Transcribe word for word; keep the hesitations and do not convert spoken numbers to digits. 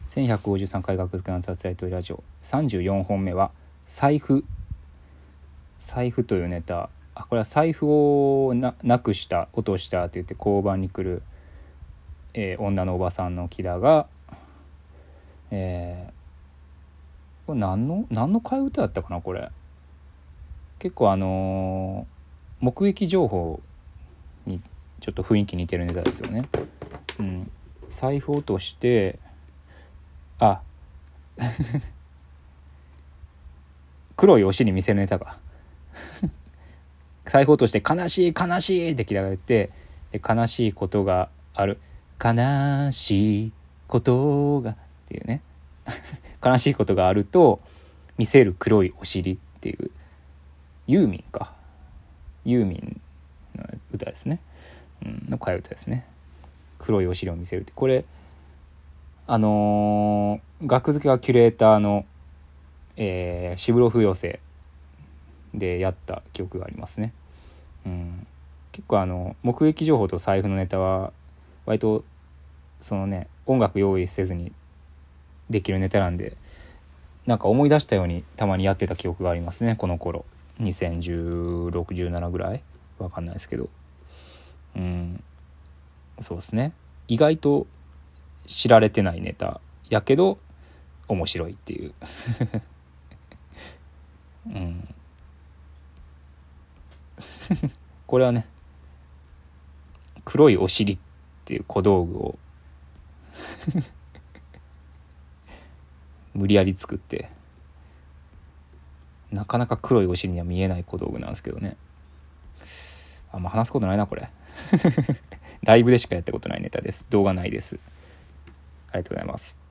せんひゃくごじゅうさんかい学付けの雑愛というラジオさんじゅうよんほんめは財布財布というネタ。あ、これは財布を な, なくした落としたって言って交番に来る、えー、女のおばさんの木田が、えー、これ何の何の替え歌だったかな。これ結構あのー、目撃情報にちょっと雰囲気似てるネタですよね。うん、財布落としてあ黒いお尻見せるネタが財布落として悲しい悲しいって聞かれて、で悲しいことがある悲しいことがっていうね悲しいことがあると見せる黒いお尻っていうユーミンかユーミンの歌ですね、うん、の替え歌ですね。黒いお尻を見せるって、これあのー、学付けはキュレーターの、えー、シブロフ寄せでやった記憶がありますね。うん、結構あの目撃情報と財布のネタは割とそのね音楽用意せずにできるネタなんで、なんか思い出したようにたまにやってた記憶がありますね。この頃にせんじゅうろく、じゅうななぐらいわかんないですけど、うん、そうですね。意外と知られてないネタやけど面白いっていう、うん、これはね黒いお尻っていう小道具を無理やり作って、なかなか黒いお尻には見えない小道具なんですけどね。あんま話すことないなこれライブでしかやったことないネタです。動画ないです。ありがとうございます。